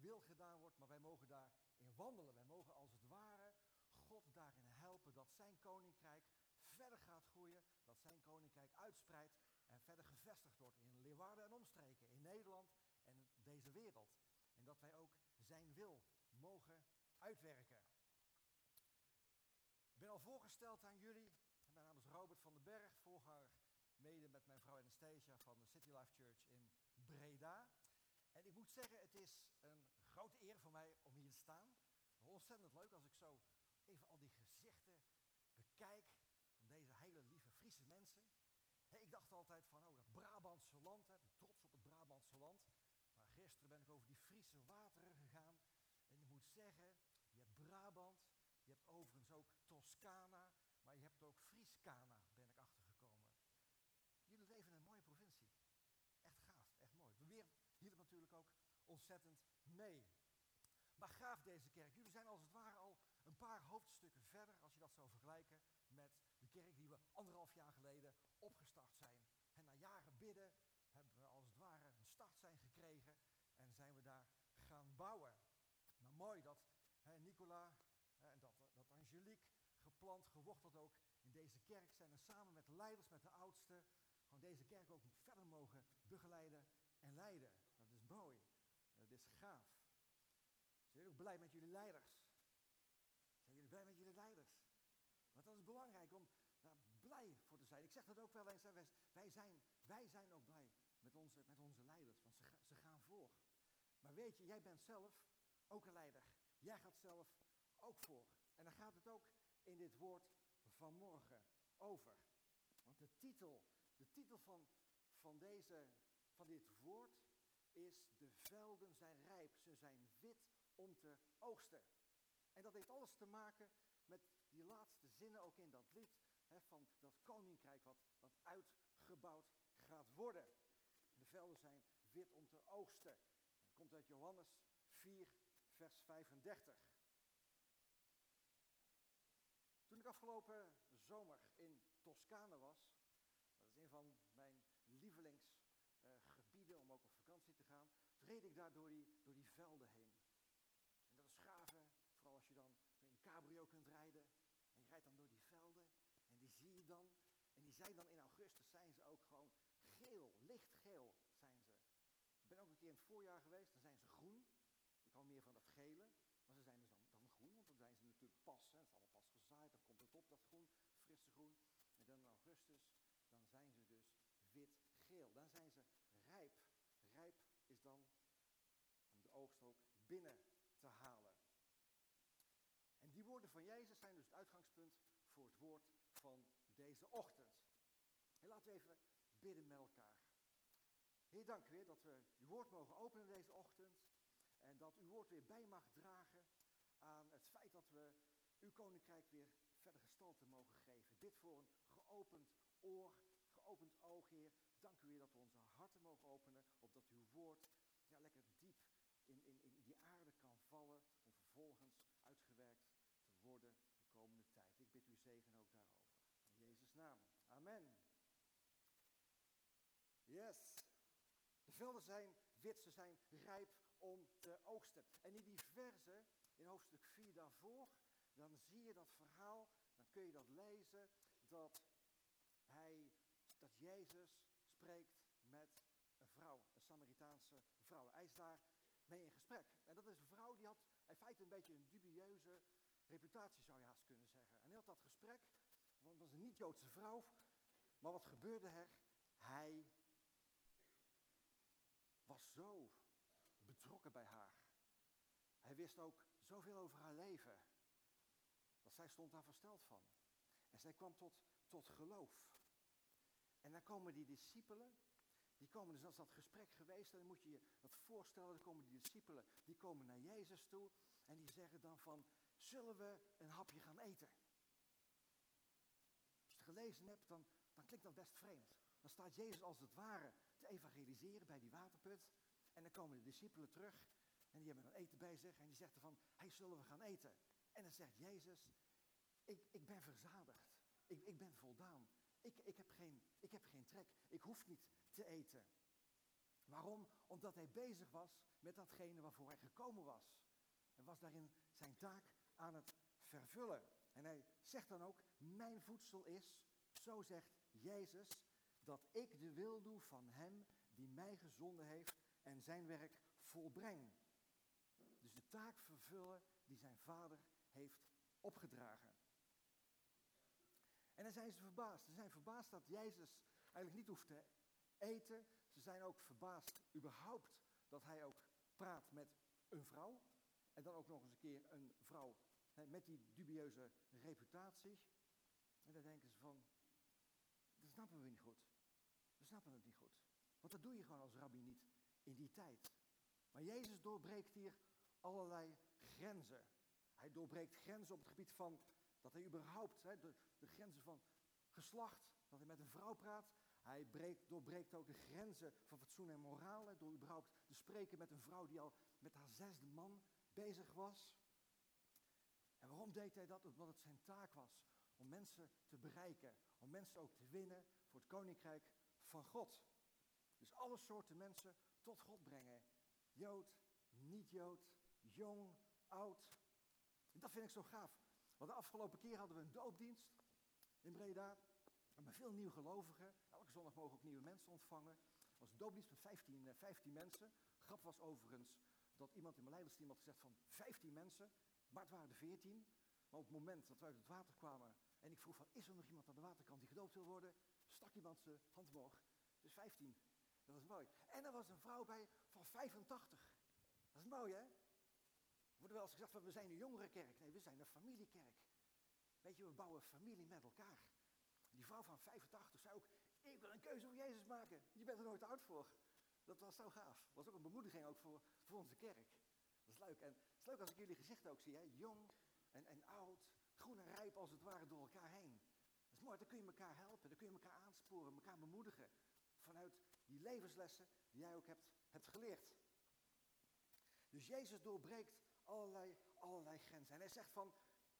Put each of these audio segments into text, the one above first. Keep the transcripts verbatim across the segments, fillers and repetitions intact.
wil gedaan wordt, maar wij mogen daarin wandelen. Wij mogen als het ware God daarin helpen dat zijn koninkrijk verder gaat groeien, dat zijn koninkrijk uitspreidt en verder gevestigd wordt in Leeuwarden en omstreken, in Nederland en deze wereld. En dat wij ook zijn wil mogen uitwerken. Ik ben al voorgesteld aan jullie. Mijn naam is Robert van den Berg, voorganger mede met mijn vrouw Anastasia van de City Life Church in Breda. En ik moet zeggen, het is een grote eer voor mij om hier te staan. Ontzettend leuk als ik zo even al die gezichten bekijk van deze hele lieve Friese mensen. He, ik dacht altijd van, oh, dat Brabantse land, hè, ik ben trots op het Brabantse land. Maar gisteren ben ik over die Friese wateren gegaan. En ik moet zeggen, je hebt Brabant, je hebt overigens ook Toscana, maar je hebt ook Friescana, ben ik achtergekomen. Jullie leven in een mooie provincie. Echt gaaf, echt mooi. De weer hielp natuurlijk ook ontzettend mee. Maar gaaf deze kerk. Jullie zijn als het ware al een paar hoofdstukken verder, als je dat zou vergelijken met de kerk die we anderhalf jaar geleden opgestart zijn. En na jaren bidden hebben we als het ware een startsein gekregen en zijn we daar gaan bouwen. Nou, mooi dat hè, Nicola hè, en dat, dat Angelique geplant, geworteld ook in deze kerk zijn en samen met de leiders, met de oudsten, gewoon deze kerk ook verder mogen begeleiden en leiden. Dat is mooi. Dat is gaaf. Zijn jullie ook blij met jullie leiders? Zijn jullie blij met jullie leiders? Want dat is belangrijk om daar blij voor te zijn. Ik zeg dat ook wel eens. Hè. Wij, zijn, wij zijn ook blij met onze, met onze leiders, want ze, ze gaan voor. Maar weet je, jij bent zelf ook een leider. Jij gaat zelf ook voor. En dan gaat het ook in dit woord vanmorgen over. Want de titel, de titel van, van, deze, van dit woord is: de velden zijn rijp, ze zijn wit om te oogsten. En dat heeft alles te maken met die laatste zinnen ook in dat lied, hè, van dat koninkrijk wat, wat uitgebouwd gaat worden. De velden zijn wit om te oogsten. Dat komt uit Johannes vier, vers vijfendertig. Toen ik afgelopen zomer in Toscane was, dat is een van mijn lievelingsgebieden uh, om ook op vakantie te gaan, toen reed ik daar door die, door die velden heen. En dat is gaaf, hè? Vooral als je dan zo in cabrio kunt rijden. En je rijdt dan door die velden en die zie je dan. En die zijn dan in augustus, zijn ze ook gewoon geel, lichtgeel zijn ze. Ik ben ook een keer in het voorjaar geweest, dan zijn ze groen. Ik hou meer van dat gele, maar ze zijn dus dan, dan groen, want dan zijn ze natuurlijk pas. Hè. Het is allemaal pas gezaaid, dan komt het op, dat groen, frisse groen. En dan in augustus, dan zijn ze dus wit-geel. Dan zijn ze rijp. Rijp is dan om de oogst ook binnen te halen. En die woorden van Jezus zijn dus het uitgangspunt voor het woord van deze ochtend. En laten we even bidden met elkaar. Heer, dank u weer dat we uw woord mogen openen deze ochtend. En dat uw woord weer bij mag dragen aan het feit dat we uw koninkrijk weer verder gestalte mogen geven. Bid voor een geopend oor, geopend oog, Heer. Dank u weer dat we onze harten mogen openen, opdat uw woord ja, lekker diep in, in, in die aarde kan vallen, om vervolgens uitgewerkt te worden de komende tijd. Ik bid uw zegen ook daarover. In Jezus' naam. Amen. Yes. De velden zijn wit, ze zijn rijp om te oogsten. En in die verse, in hoofdstuk vier daarvoor, dan zie je dat verhaal, dan kun je dat lezen, dat, hij, dat Jezus spreekt met een vrouw, een Samaritaanse vrouw. Hij is daar mee in gesprek. En dat is een vrouw die had in feite een beetje een dubieuze reputatie, zou je haast kunnen zeggen. En hij had dat gesprek, want het was een niet-Joodse vrouw, maar wat gebeurde er? Hij was zo betrokken bij haar. Hij wist ook zoveel over haar leven, dat zij stond daar versteld van. En zij kwam tot, tot geloof. En dan komen die discipelen, die komen dus als dat gesprek geweest, en dan moet je je dat voorstellen, dan komen die discipelen, die komen naar Jezus toe en die zeggen dan van, zullen we een hapje gaan eten? Als je het gelezen hebt, dan, dan klinkt dat best vreemd. Dan staat Jezus als het ware te evangeliseren bij die waterput. En dan komen de discipelen terug en die hebben dan eten bij zich en die zeggen van, hey, zullen we gaan eten? En dan zegt Jezus, ik, ik ben verzadigd. Ik, ik ben voldaan. Ik, ik, heb geen, ik heb geen trek. Ik hoef niet te eten. Waarom? Omdat hij bezig was met datgene waarvoor hij gekomen was. En was daarin zijn taak aan het vervullen. En hij zegt dan ook, mijn voedsel is, zo zegt Jezus, dat ik de wil doe van hem die mij gezonden heeft en zijn werk volbreng. Dus de taak vervullen die zijn vader heeft opgedragen. En dan zijn ze verbaasd. Ze zijn verbaasd dat Jezus eigenlijk niet hoeft te eten. Ze zijn ook verbaasd überhaupt dat hij ook praat met een vrouw. En dan ook nog eens een keer een vrouw hè, met die dubieuze reputatie. En dan denken ze van, dat snappen we niet goed. We snappen het niet goed. Want dat doe je gewoon als rabbi niet in die tijd. Maar Jezus doorbreekt hier allerlei grenzen. Hij doorbreekt grenzen op het gebied van dat hij überhaupt, hè, de, de grenzen van geslacht, dat hij met een vrouw praat. Hij breekt, doorbreekt ook de grenzen van fatsoen en moraal, hè, door überhaupt te spreken met een vrouw die al met haar zesde man bezig was. En waarom deed hij dat? Omdat het zijn taak was om mensen te bereiken, om mensen ook te winnen voor het koninkrijk van God. Dus alle soorten mensen tot God brengen. Jood, niet-Jood, jong, oud. En dat vind ik zo gaaf. Want de afgelopen keer hadden we een doopdienst in Breda. Met veel nieuwgelovigen. Elke zondag mogen ook nieuwe mensen ontvangen. Het was een doopdienst met vijftien, vijftien mensen. Grap was overigens dat iemand in mijn leidersteam had gezegd van vijftien mensen. Maar het waren er veertien. Maar op het moment dat we uit het water kwamen en ik vroeg van, is er nog iemand aan de waterkant die gedoopt wil worden? Stak iemand zijn hand omhoog. Dus vijftien. Dat was mooi. En er was een vrouw bij van vijfentachtig. Dat is mooi, hè? Er wordt wel eens gezegd van, we zijn een jongerenkerk. Nee, we zijn een familiekerk. Weet je, we bouwen familie met elkaar. Die vrouw van vijfentachtig zei ook, ik wil een keuze voor Jezus maken. Je bent er nooit oud voor. Dat was zo gaaf. Dat was ook een bemoediging ook voor, voor onze kerk. Dat is leuk. En het is leuk als ik jullie gezichten ook zie, hè? Jong en, en oud, groen en rijp als het ware door elkaar heen. Dat is mooi, dan kun je elkaar helpen, dan kun je elkaar aansporen, elkaar bemoedigen. Vanuit die levenslessen die jij ook hebt, hebt geleerd. Dus Jezus doorbreekt allerlei, allerlei grenzen. En hij zegt van,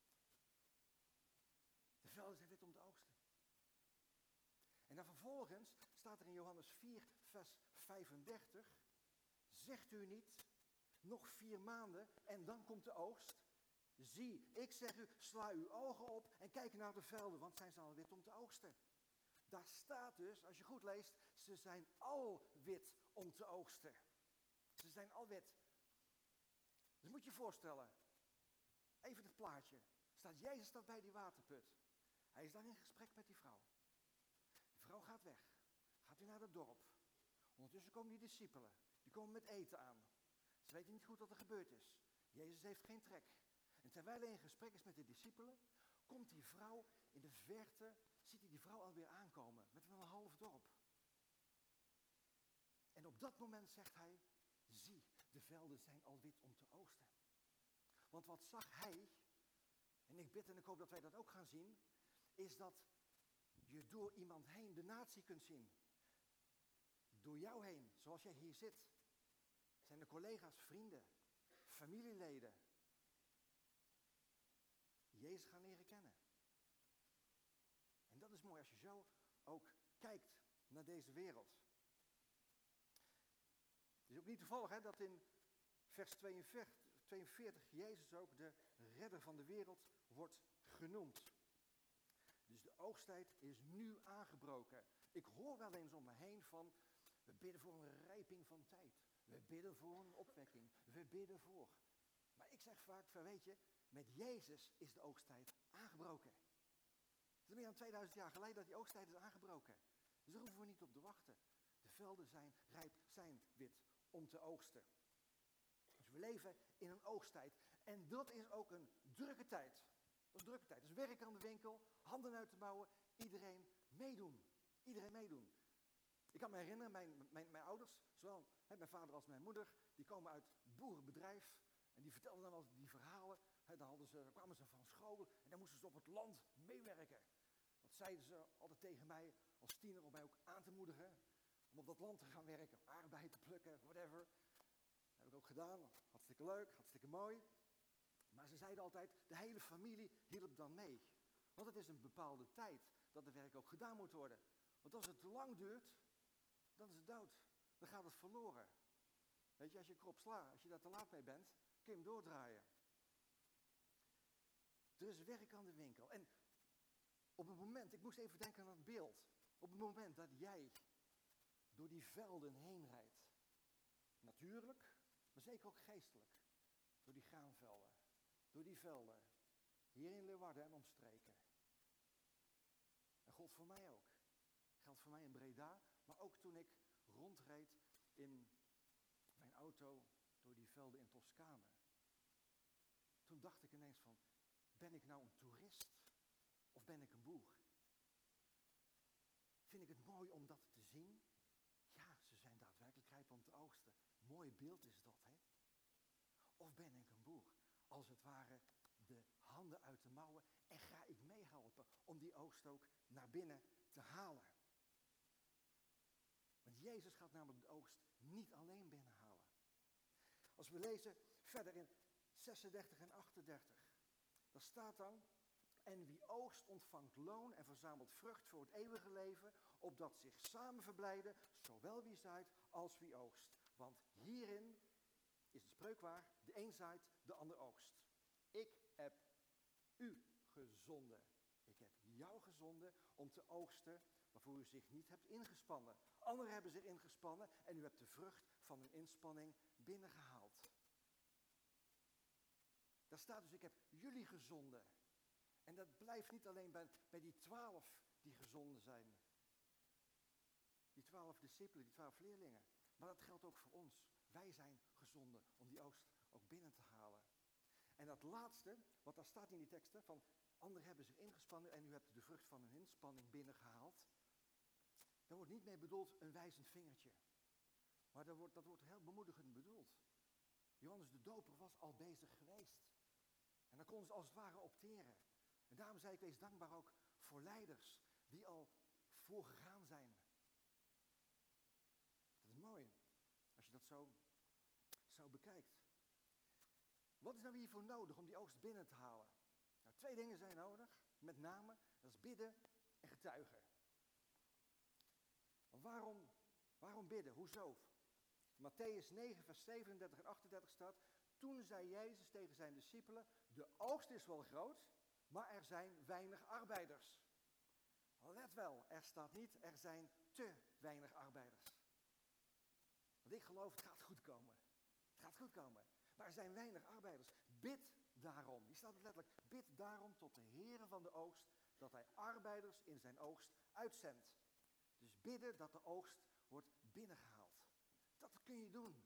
de velden zijn wit om te oogsten. En dan vervolgens staat er in Johannes vier, vers vijfendertig. Zegt u niet, nog vier maanden en dan komt de oogst. Zie, ik zeg u, sla uw ogen op en kijk naar de velden, want zijn ze al wit om te oogsten. Daar staat dus, als je goed leest, ze zijn al wit om te oogsten. Ze zijn al wit. Dus moet je je voorstellen, even het plaatje. Staat Jezus staat bij die waterput. Hij is daar in gesprek met die vrouw. Die vrouw gaat weg. Gaat weer naar het dorp. Ondertussen komen die discipelen. Die komen met eten aan. Ze weten niet goed wat er gebeurd is. Jezus heeft geen trek. En terwijl hij in gesprek is met de discipelen, komt die vrouw in de verte, ziet hij die vrouw alweer aankomen. Met wel een half dorp. En op dat moment zegt hij, zie, de velden zijn al wit om te oogsten. Want wat zag hij, en ik bid en ik hoop dat wij dat ook gaan zien, is dat je door iemand heen de natie kunt zien. Door jou heen, zoals jij hier zit, zijn er collega's, vrienden, familieleden. Jezus gaan leren kennen. En dat is mooi als je zo ook kijkt naar deze wereld. Het is ook niet toevallig hè, dat in vers tweeënveertig Jezus ook de redder van de wereld wordt genoemd. Dus de oogsttijd is nu aangebroken. Ik hoor wel eens om me heen van, we bidden voor een rijping van tijd. We bidden voor een opwekking. We bidden voor. Maar ik zeg vaak van, weet je, met Jezus is de oogsttijd aangebroken. Het is meer dan tweeduizend jaar geleden dat die oogsttijd is aangebroken. Dus daar hoeven we niet op te wachten. De velden zijn rijp, zijn wit om te oogsten. Dus we leven in een oogsttijd. En dat is ook een drukke tijd. Dat is een drukke tijd. Dus werk aan de winkel, handen uit te bouwen, iedereen meedoen. Iedereen meedoen. Ik kan me herinneren, mijn, mijn, mijn ouders, zowel hè, mijn vader als mijn moeder, die komen uit boerenbedrijf. En die vertelden dan wel die verhalen. Hè, dan, hadden ze, dan kwamen ze van school en dan moesten ze op het land meewerken. Dat zeiden ze altijd tegen mij als tiener om mij ook aan te moedigen. Om op dat land te gaan werken, aardbeien te plukken, whatever. Dat heb ik ook gedaan. Hartstikke leuk, hartstikke mooi. Maar ze zeiden altijd, de hele familie hielp dan mee. Want het is een bepaalde tijd dat het werk ook gedaan moet worden. Want als het te lang duurt, dan is het dood. dan gaat het verloren. Weet je, als je krop sla, als je daar te laat mee bent, kun je hem doordraaien. Er is werk aan de winkel. En op het moment, ik moest even denken aan het beeld. Op het moment dat jij door die velden heen rijdt. Natuurlijk, maar zeker ook geestelijk. Door die graanvelden. Door die velden. Hier in Leeuwarden en omstreken. En God voor mij ook. Geldt voor mij in Breda. Maar ook toen ik rondreed in mijn auto door die velden in Toscane. Toen dacht ik ineens van, ben ik nou een toerist? Of ben ik een boer? Vind ik het mooi om dat te zien? Ja, ze zijn daadwerkelijk rijp om te oogsten. Mooi beeld is dat, hè? Of ben ik een boer? Als het ware de handen uit de mouwen en ga ik meehelpen om die oogst ook naar binnen te halen. Want Jezus gaat namelijk de oogst niet alleen binnenhalen. Als we lezen verder in zesendertig en achtendertig, dan staat dan, en wie oogst ontvangt loon en verzamelt vrucht voor het eeuwige leven, opdat zich samen verblijden, zowel wie zaait als wie oogst. Want hierin is de spreuk waar, de een zaait, de ander oogst. Ik heb u gezonden. Ik heb jou gezonden om te oogsten waarvoor u zich niet hebt ingespannen. Anderen hebben zich ingespannen en u hebt de vrucht van hun inspanning binnengehaald. Daar staat dus, ik heb jullie gezonden. En dat blijft niet alleen bij, bij die twaalf die gezonden zijn. Die twaalf discipelen, die twaalf leerlingen. Maar dat geldt ook voor ons. Wij zijn gezonden om die oogst ook binnen te halen. En dat laatste, wat daar staat in die teksten, van anderen hebben zich ingespannen en u hebt de vrucht van hun inspanning binnengehaald. Daar wordt niet mee bedoeld een wijzend vingertje. Maar dat wordt, dat wordt heel bemoedigend bedoeld. Johannes de Doper was al bezig geweest. En dan kon ze als het ware opteren. En daarom zei ik, wees dankbaar ook voor leiders die al voorgegaan zijn. Dat is mooi, als je dat zo, zo bekijkt. Wat is nou hiervoor nodig om die oogst binnen te halen? Nou, twee dingen zijn nodig, met name, dat is bidden en getuigen. Maar waarom, waarom bidden? Hoezo? Matthäus negen, vers zevenendertig en achtendertig staat, toen zei Jezus tegen zijn discipelen, de oogst is wel groot, maar er zijn weinig arbeiders. Let wel, er staat niet, er zijn te weinig arbeiders. Want ik geloof, het gaat goed komen. Het gaat goed komen. Maar er zijn weinig arbeiders. Bid daarom, hier staat het letterlijk, bid daarom tot de Heere van de oogst, dat hij arbeiders in zijn oogst uitzendt. Dus bidden dat de oogst wordt binnengehaald. Dat kun je doen.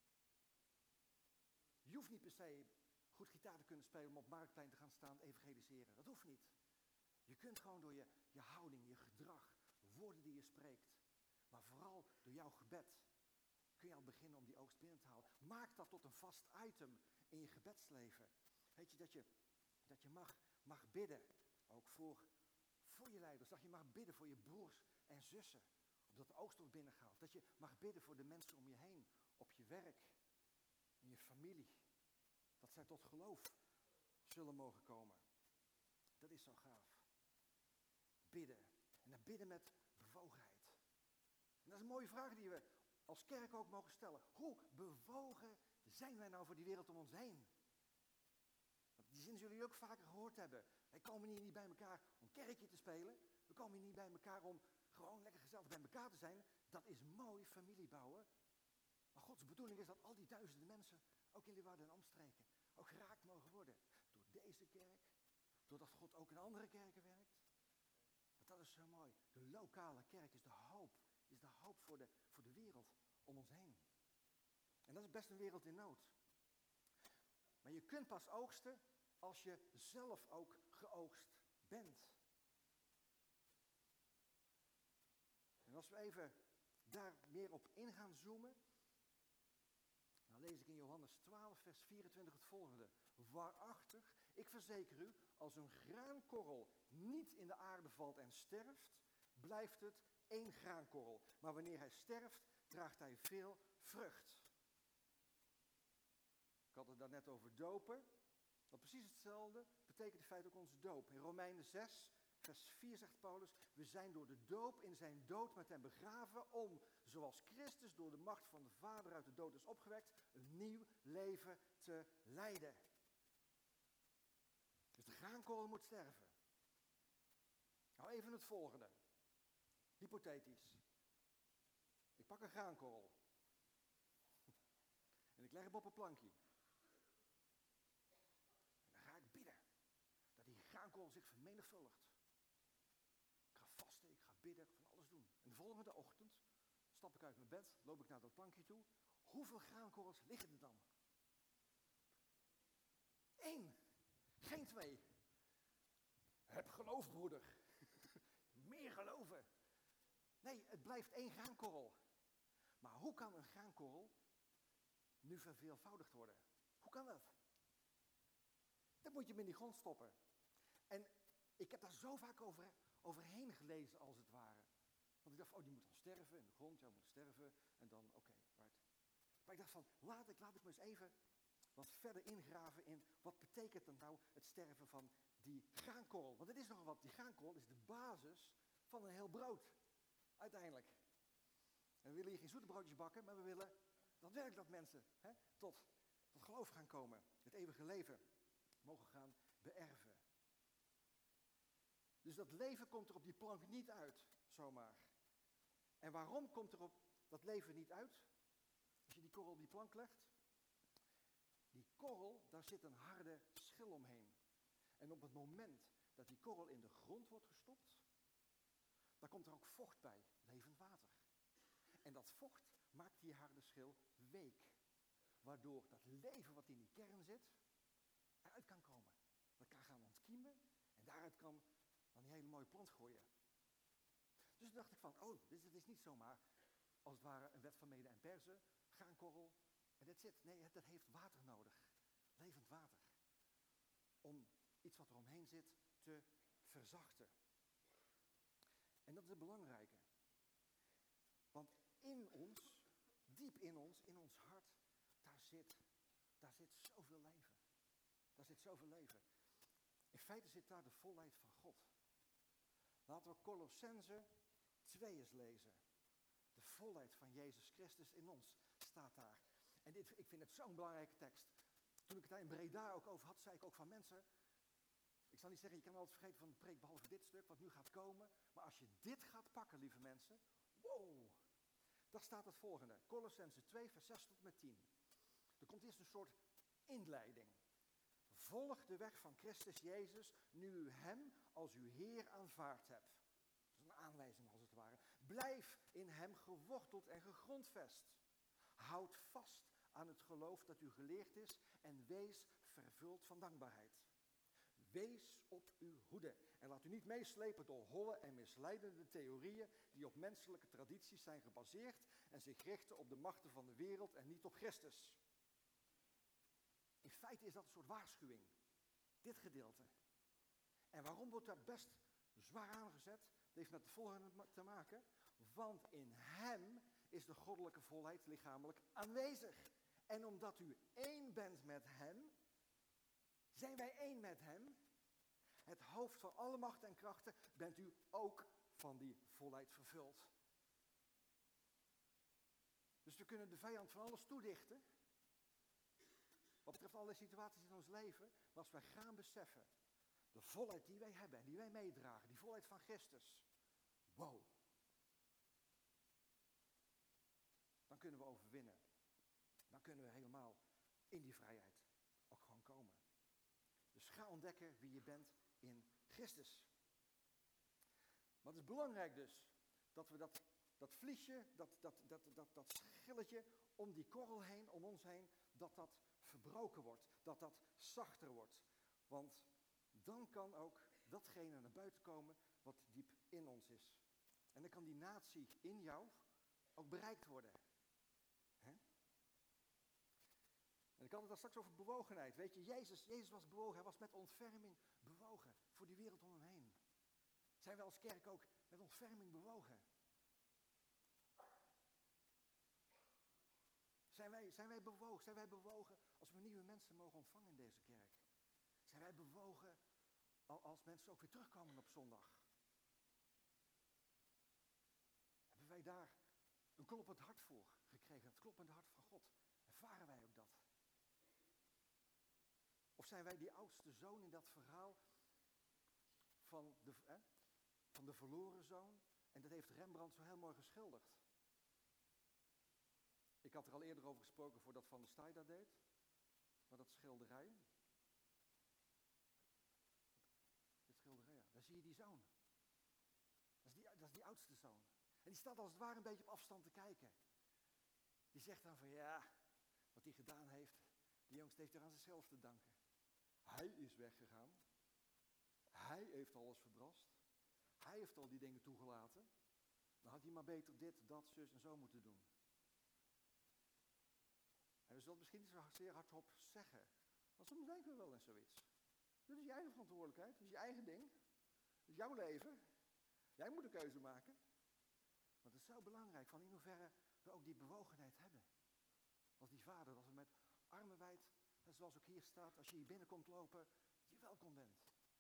Je hoeft niet per se goed gitaar te kunnen spelen om op Marktplein te gaan staan evangeliseren. Dat hoeft niet. Je kunt gewoon door je, je houding, je gedrag, woorden die je spreekt, maar vooral door jouw gebed, kun je al beginnen om die oogst binnen te halen. Maak dat tot een vast item in je gebedsleven. Weet je, dat je, dat je mag, mag bidden, ook voor, voor je leiders. Dat je mag bidden voor je broers en zussen, opdat de oogst wordt binnengehaald. Dat je mag bidden voor de mensen om je heen, op je werk, in je familie. Dat zij tot geloof zullen mogen komen. Dat is zo gaaf. Bidden. En dan bidden met bewogenheid. En dat is een mooie vraag die we als kerk ook mogen stellen. Hoe bewogen zijn wij nou voor die wereld om ons heen? Want die zin zullen jullie ook vaker gehoord hebben. Wij komen hier niet bij elkaar om kerkje te spelen. We komen hier niet bij elkaar om gewoon lekker gezellig bij elkaar te zijn. Dat is mooi, familie bouwen. Maar Gods bedoeling is dat al die duizenden mensen, ook in Leeuwarden en omstreken, ook geraakt mogen worden. Door deze kerk, doordat God ook in andere kerken werkt. Want dat is zo mooi. De lokale kerk is de hoop. Is de hoop voor de, voor de wereld om ons heen. En dat is best een wereld in nood. Maar je kunt pas oogsten als je zelf ook geoogst bent. En als we even daar meer op in gaan zoomen, dan lees ik in Johannes twaalf, vers vierentwintig het volgende. Waarachtig, ik verzeker u, als een graankorrel niet in de aarde valt en sterft, blijft het één graankorrel. Maar wanneer hij sterft, draagt hij veel vrucht. Ik had het daar net over dopen. Maar precies hetzelfde betekent in feite ook onze doop. In Romeinen zes, vers vier zegt Paulus, we zijn door de doop in zijn dood met hem begraven om, zoals Christus door de macht van de Vader uit de dood is opgewekt, een nieuw leven te leiden. Dus de graankorrel moet sterven. Nou, even het volgende. Hypothetisch. Ik pak een graankorrel. En ik leg hem op een plankje. En dan ga ik bidden. Dat die graankorrel zich vermenigvuldigt. Ik ga vasten, ik ga bidden, ik ga van alles doen. En de volgende ochtend stap ik uit mijn bed, loop ik naar dat plankje toe. Hoeveel graankorrels liggen er dan? Eén. Geen twee. Heb geloof, broeder. Meer geloven. Nee, het blijft één graankorrel. Maar hoe kan een graankorrel nu verveelvoudigd worden? Hoe kan dat? Dat moet je hem in die grond stoppen. En ik heb daar zo vaak over, overheen gelezen, als het ware. Want ik dacht, oh, die moet dan sterven in de grond. Ja, moet sterven. En dan, oké, okay, right. Maar ik dacht van, laat ik, laat ik me eens even wat verder ingraven in, wat betekent dan nou het sterven van die graankorrel? Want het is nogal wat, die graankorrel is de basis van een heel brood. Uiteindelijk. En we willen hier geen zoete broodjes bakken, maar we willen daadwerkelijk dat mensen hè, tot, tot geloof gaan komen. Het eeuwige leven mogen gaan beërven. Dus dat leven komt er op die plank niet uit, zomaar. En waarom komt er op dat leven niet uit? Als je die korrel op die plank legt. Die korrel, daar zit een harde schil omheen. En op het moment dat die korrel in de grond wordt gestopt, dan komt er ook vocht bij, levend water. En dat vocht maakt die harde schil week. Waardoor dat leven wat in die kern zit, eruit kan komen. Dat kan gaan ontkiemen en daaruit kan dan die hele mooie plant groeien. Dus toen dacht ik van, oh, dit is, dit is niet zomaar als het ware een wet van mede en persen, graankorrel en that's it. Nee, dat heeft water nodig. Levend water. Om iets wat er omheen zit te verzachten. En dat is het belangrijke. Want in ons, diep in ons, in ons hart, daar zit, daar zit zoveel leven. Daar zit zoveel leven. In feite zit daar de volheid van God. Laten we Colossenzen twee eens lezen. De volheid van Jezus Christus in ons staat daar. En dit, ik vind het zo'n belangrijke tekst. Toen ik het daar in Breda ook over had, zei ik ook van mensen, ik zal niet zeggen, je kan altijd vergeten van de preek, behalve dit stuk, wat nu gaat komen. Maar als je dit gaat pakken, lieve mensen, wow, daar staat het volgende. Colossenzen twee, vers zes tot met tien. Er komt eerst een soort inleiding. Volg de weg van Christus Jezus, nu u hem als uw Heer aanvaard hebt. Dat is een aanwijzing als het ware. Blijf in hem geworteld en gegrondvest. Houd vast aan het geloof dat u geleerd is en wees vervuld van dankbaarheid. Wees op uw hoede en laat u niet meeslepen door holle en misleidende theorieën die op menselijke tradities zijn gebaseerd en zich richten op de machten van de wereld en niet op Christus. In feite is dat een soort waarschuwing, dit gedeelte. En waarom wordt dat best zwaar aangezet? Dat heeft met het volgende te maken. Want in hem is de goddelijke volheid lichamelijk aanwezig. En omdat u één bent met hem, zijn wij één met hem. Het hoofd van alle macht en krachten, bent u ook van die volheid vervuld. Dus we kunnen de vijand van alles toedichten. Wat betreft alle situaties in ons leven. Maar als wij gaan beseffen, de volheid die wij hebben en die wij meedragen, die volheid van Christus. Wow. Dan kunnen we overwinnen. Dan kunnen we helemaal in die vrijheid ook gewoon komen. Dus ga ontdekken wie je bent in Christus. Maar het is belangrijk dus dat we dat, dat vliesje, dat, dat, dat, dat, dat schilletje om die korrel heen, om ons heen, dat dat verbroken wordt. Dat dat zachter wordt. Want dan kan ook datgene naar buiten komen wat diep in ons is. En dan kan die natie in jou ook bereikt worden. Hè? En ik had het daar straks over bewogenheid. Weet je, Jezus, Jezus was bewogen. Hij was met ontferming bewogen voor die wereld om hem heen. Zijn wij als kerk ook met ontferming bewogen? Zijn wij, zijn wij bewogen? Zijn wij bewogen als we nieuwe mensen mogen ontvangen in deze kerk? Zijn wij bewogen als mensen ook weer terugkomen op zondag. Hebben wij daar een kloppend hart voor gekregen, het kloppende hart van God? Ervaren wij ook dat? Of zijn wij die oudste zoon in dat verhaal van de, eh, van de verloren zoon? En dat heeft Rembrandt zo heel mooi geschilderd. Ik had er al eerder over gesproken voordat Van der Staaij dat deed. Maar dat schilderij. Dit schilderij, ja. Daar zie je die zoon. Dat is die, dat is die oudste zoon. En die staat als het ware een beetje op afstand te kijken. Die zegt dan van ja, wat hij gedaan heeft, die jongste heeft er aan zichzelf te danken. Hij is weggegaan. Hij heeft alles verbrast. Hij heeft al die dingen toegelaten. Dan had hij maar beter dit, dat, zus en zo moeten doen. En we zullen het misschien niet zo zeer hardop zeggen. Maar soms denken we wel eens zoiets. Dit is je eigen verantwoordelijkheid. Dit is je eigen ding. Dit is jouw leven. Jij moet een keuze maken. Want het is zo belangrijk van in hoeverre we ook die bewogenheid hebben. Als die vader, dat we met armen wijd, zoals ook hier staat, als je hier binnenkomt lopen, je welkom bent.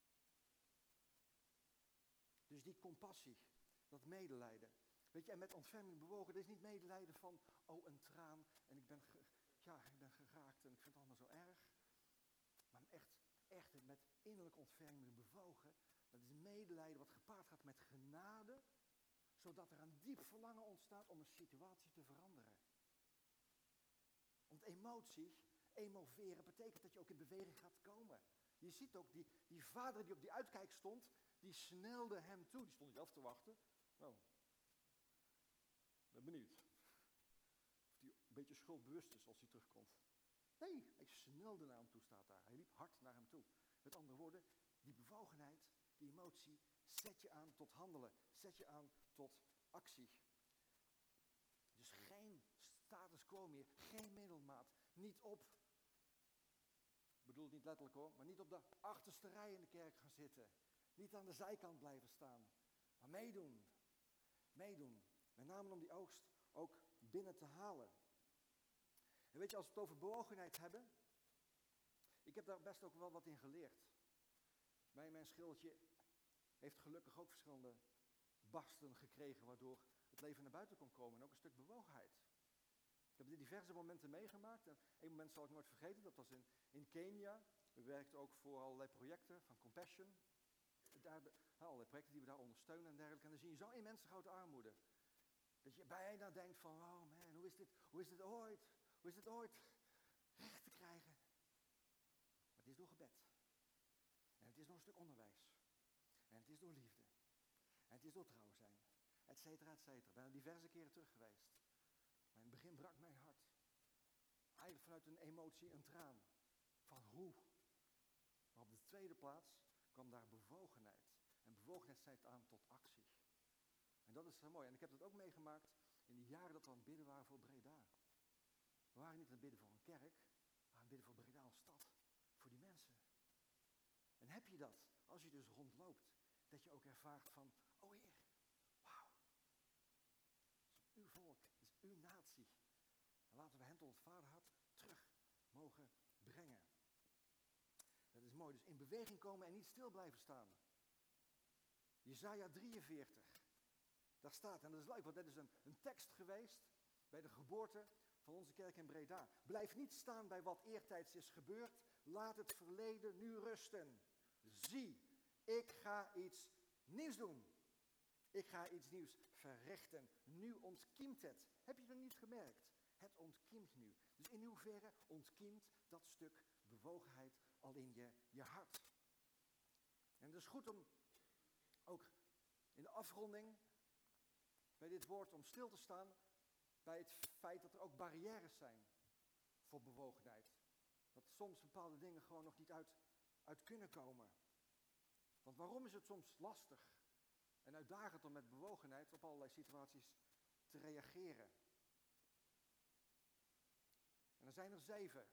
Dus die compassie, dat medelijden. Weet je, en met ontferming bewogen, dat is niet medelijden van, oh een traan en ik ben, ge, ja, ik ben geraakt en ik vind het allemaal zo erg. Maar echt, echt met innerlijke ontferming bewogen, dat is medelijden wat gepaard gaat met genade, zodat er een diep verlangen ontstaat om een situatie te veranderen. Want emotie, emoveren, betekent dat je ook in beweging gaat komen. Je ziet ook, die, die vader die op die uitkijk stond, die snelde hem toe. Die stond niet af te wachten. Nou, ben benieuwd. Of hij een beetje schuldbewust is als hij terugkomt. Nee, hij snelde naar hem toe, staat daar. Hij liep hard naar hem toe. Met andere woorden, die bewogenheid, die emotie, zet je aan tot handelen. Zet je aan tot actie. Dus geen status quo meer, geen middelmaat. Niet op, ik bedoel het niet letterlijk hoor, maar niet op de achterste rij in de kerk gaan zitten. Niet aan de zijkant blijven staan, maar meedoen. Meedoen. Met name om die oogst ook binnen te halen. En weet je, als we het over bewogenheid hebben, ik heb daar best ook wel wat in geleerd. Mijn, mijn schildje heeft gelukkig ook verschillende barsten gekregen, waardoor het leven naar buiten kon komen en ook een stuk bewogenheid. Ik heb diverse momenten meegemaakt en één moment zal ik nooit vergeten, dat was in, in Kenia. We werkten ook voor allerlei projecten van Compassion. Daar, allerlei projecten die we daar ondersteunen en dergelijke. En dan zie je zo immense grote armoede. Dat je bijna denkt van, oh man, hoe is dit, hoe is dit ooit, hoe is dit ooit recht te krijgen? Maar het is door gebed. En het is door een stuk onderwijs. En het is door liefde. En het is door trouw zijn. Et cetera, et cetera. Ik ben er diverse keren terug geweest. Maar in het begin brak mijn hart. Eigenlijk vanuit een emotie, een traan. Van hoe? Maar op de tweede plaats kwam daar bewogenheid. En bewogenheid zet aan tot actie. En dat is zo mooi. En ik heb dat ook meegemaakt in de jaren dat we aan het bidden waren voor Breda. We waren niet aan het bidden voor een kerk, maar aan het bidden voor Breda als stad. Voor die mensen. En heb je dat, als je dus rondloopt, dat je ook ervaart van, oh Heer, wauw. Het is uw volk, het is uw natie. En laten we hen tot het vaderhart terug mogen brengen. Dat is mooi, dus in beweging komen en niet stil blijven staan. Jesaja drieënveertig, daar staat, en dat is leuk, want dat is een, een tekst geweest bij de geboorte van onze kerk in Breda. Blijf niet staan bij wat eertijds is gebeurd, laat het verleden nu rusten. Zie, ik ga iets nieuws doen. Ik ga iets nieuws verrichten. Nu ontkiemt het. Heb je dat niet gemerkt? Het ontkiemt nu. Dus in hoeverre ontkiemt dat stuk bewogenheid al in je, je hart? En het is goed om ook in de afronding bij dit woord om stil te staan bij het feit dat er ook barrières zijn voor bewogenheid. Dat soms bepaalde dingen gewoon nog niet uit, uit kunnen komen. Want waarom is het soms lastig en uitdagend om met bewogenheid op allerlei situaties te reageren? En er zijn er zeven.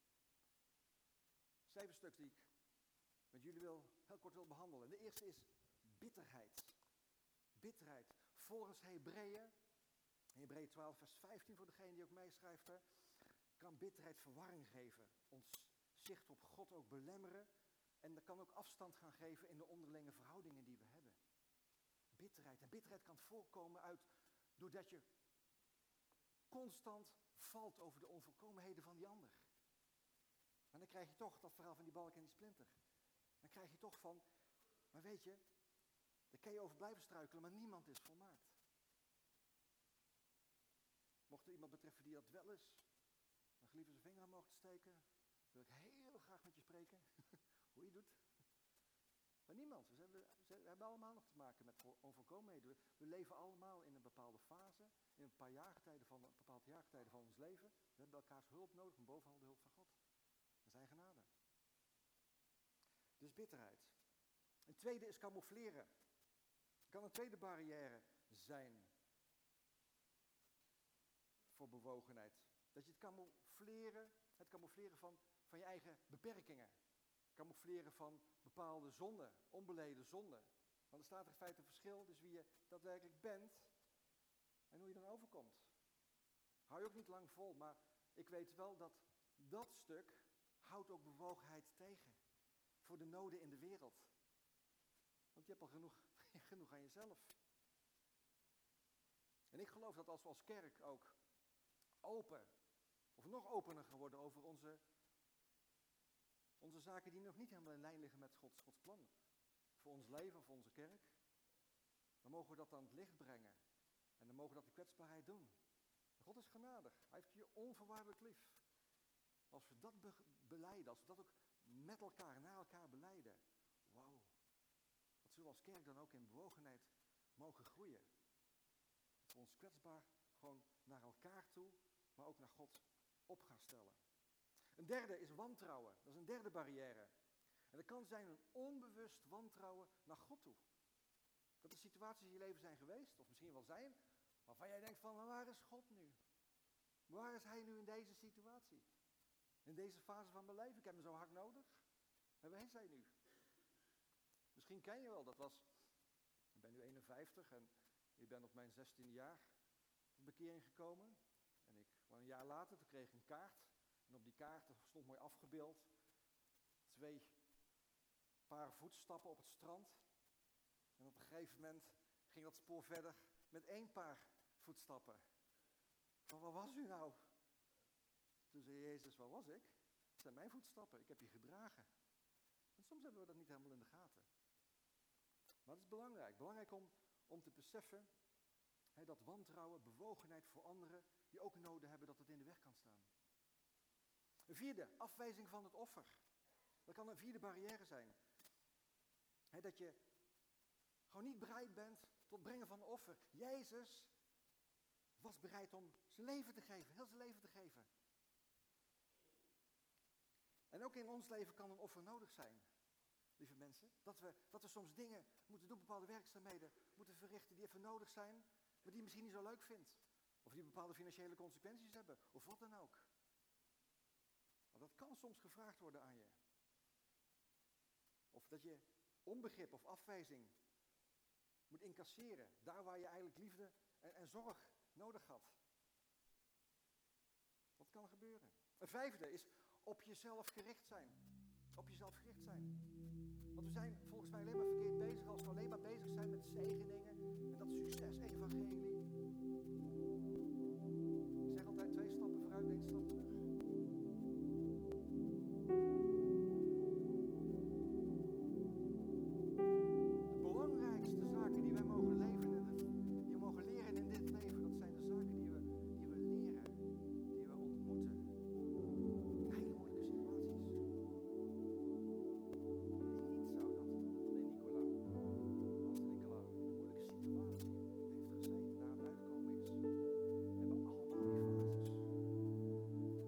Zeven stuks die ik met jullie wil, heel kort wil behandelen. De eerste is bitterheid. Bitterheid. Volgens Hebreeën, Hebreeën twaalf vers vijftien voor degene die ook meeschrijft, kan bitterheid verwarring geven. Ons zicht op God ook belemmeren En dat kan ook afstand gaan geven in de onderlinge verhoudingen die we hebben. Bitterheid. En bitterheid kan voorkomen uit, doordat je constant valt over de onvolkomenheden van die ander. En dan krijg je toch dat verhaal van die balk en die splinter. Dan krijg je toch van, maar weet je, daar kan je over blijven struikelen, maar niemand is volmaakt. Mocht er iemand betreffen die dat wel is, nog liever zijn vinger aan mogen steken, wil ik heel graag met je spreken, hoe je doet. Maar niemand, we hebben, we hebben allemaal nog te maken met onvolkomenheden. We leven allemaal in een bepaalde fase, in een paar jaargetijden van, een bepaald jaargetijden van ons leven. We hebben elkaars hulp nodig, maar bovenal de hulp van God. En zijn genade. Dus bitterheid. Een tweede is camoufleren. Het kan een tweede barrière zijn voor bewogenheid. Dat je het camoufleren, het camoufleren van, van je eigen beperkingen. Camoufleren van bepaalde zonden, onbeleden zonden. Want er staat er in feite een verschil tussen wie je daadwerkelijk bent en hoe je dan overkomt. Hou je ook niet lang vol, maar ik weet wel dat dat stuk houdt ook bewogenheid tegen. Voor de noden in de wereld. Want je hebt al genoeg, genoeg aan jezelf. En ik geloof dat als we als kerk ook open, of nog opener gaan worden over onze, onze zaken die nog niet helemaal in lijn liggen met Gods, Gods plan. Voor ons leven, voor onze kerk. Dan mogen we dat aan het licht brengen. En dan mogen we dat de kwetsbaarheid doen. God is genadig. Hij heeft je onvoorwaardelijk lief. Als we dat be- belijden, als we dat ook met elkaar, naar elkaar belijden. Wauw. Wat zullen we als kerk dan ook in bewogenheid mogen groeien. Dat we ons kwetsbaar gewoon naar elkaar toe, maar ook naar God op gaan stellen. Een derde is wantrouwen. Dat is een derde barrière. En dat kan zijn een onbewust wantrouwen naar God toe. Dat er situaties in je leven zijn geweest, of misschien wel zijn, waarvan jij denkt van, waar is God nu? Waar is hij nu in deze situatie? In deze fase van mijn leven, ik heb hem zo hard nodig. En waar is hij nu? Misschien ken je wel, dat was, ik ben nu eenenvijftig en ik ben op mijn zestiende jaar tot bekering gekomen. En ik, maar een jaar later, toen kreeg ik een kaart. En op die kaart stond mooi afgebeeld twee paar voetstappen op het strand. En op een gegeven moment ging dat spoor verder met één paar voetstappen. Van, waar was u nou? Toen zei Jezus, waar was ik? Het zijn mijn voetstappen, ik heb je gedragen. En soms hebben we dat niet helemaal in de gaten. Maar het is belangrijk, belangrijk om, om te beseffen hè, dat wantrouwen, bewogenheid voor anderen, die ook noden hebben dat het in de weg kan staan. Een vierde, afwijzing van het offer. Dat kan een vierde barrière zijn. Hè, dat je gewoon niet bereid bent tot brengen van een offer. Jezus was bereid om zijn leven te geven, heel zijn leven te geven. En ook in ons leven kan een offer nodig zijn, lieve mensen. Dat we, dat we soms dingen moeten doen, bepaalde werkzaamheden moeten verrichten die even nodig zijn, maar die je misschien niet zo leuk vindt. Of die bepaalde financiële consequenties hebben, of wat dan ook. Maar dat kan soms gevraagd worden aan je. Of dat je onbegrip of afwijzing moet incasseren, daar waar je eigenlijk liefde en, en zorg nodig had. Wat kan er gebeuren? Een vijfde is op jezelf gericht zijn. Op jezelf gericht zijn. Want we zijn volgens mij alleen maar verkeerd bezig als we alleen maar bezig zijn met zegeningen en dat succes-evangelie. Ik zeg altijd twee stappen vooruit, één stap terug. De belangrijkste zaken die wij mogen leven en die we mogen leren in dit leven, dat zijn de zaken die we, die we leren, die we ontmoeten. In hele moeilijke situaties. Niet zo dat alleen Nicola, als Nicola in een moeilijke situatie heeft gezeten, daar aan het uitkomen is. We hebben allemaal die fases.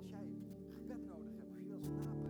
als jij gebed nodig hebt, of je wil eens nadenken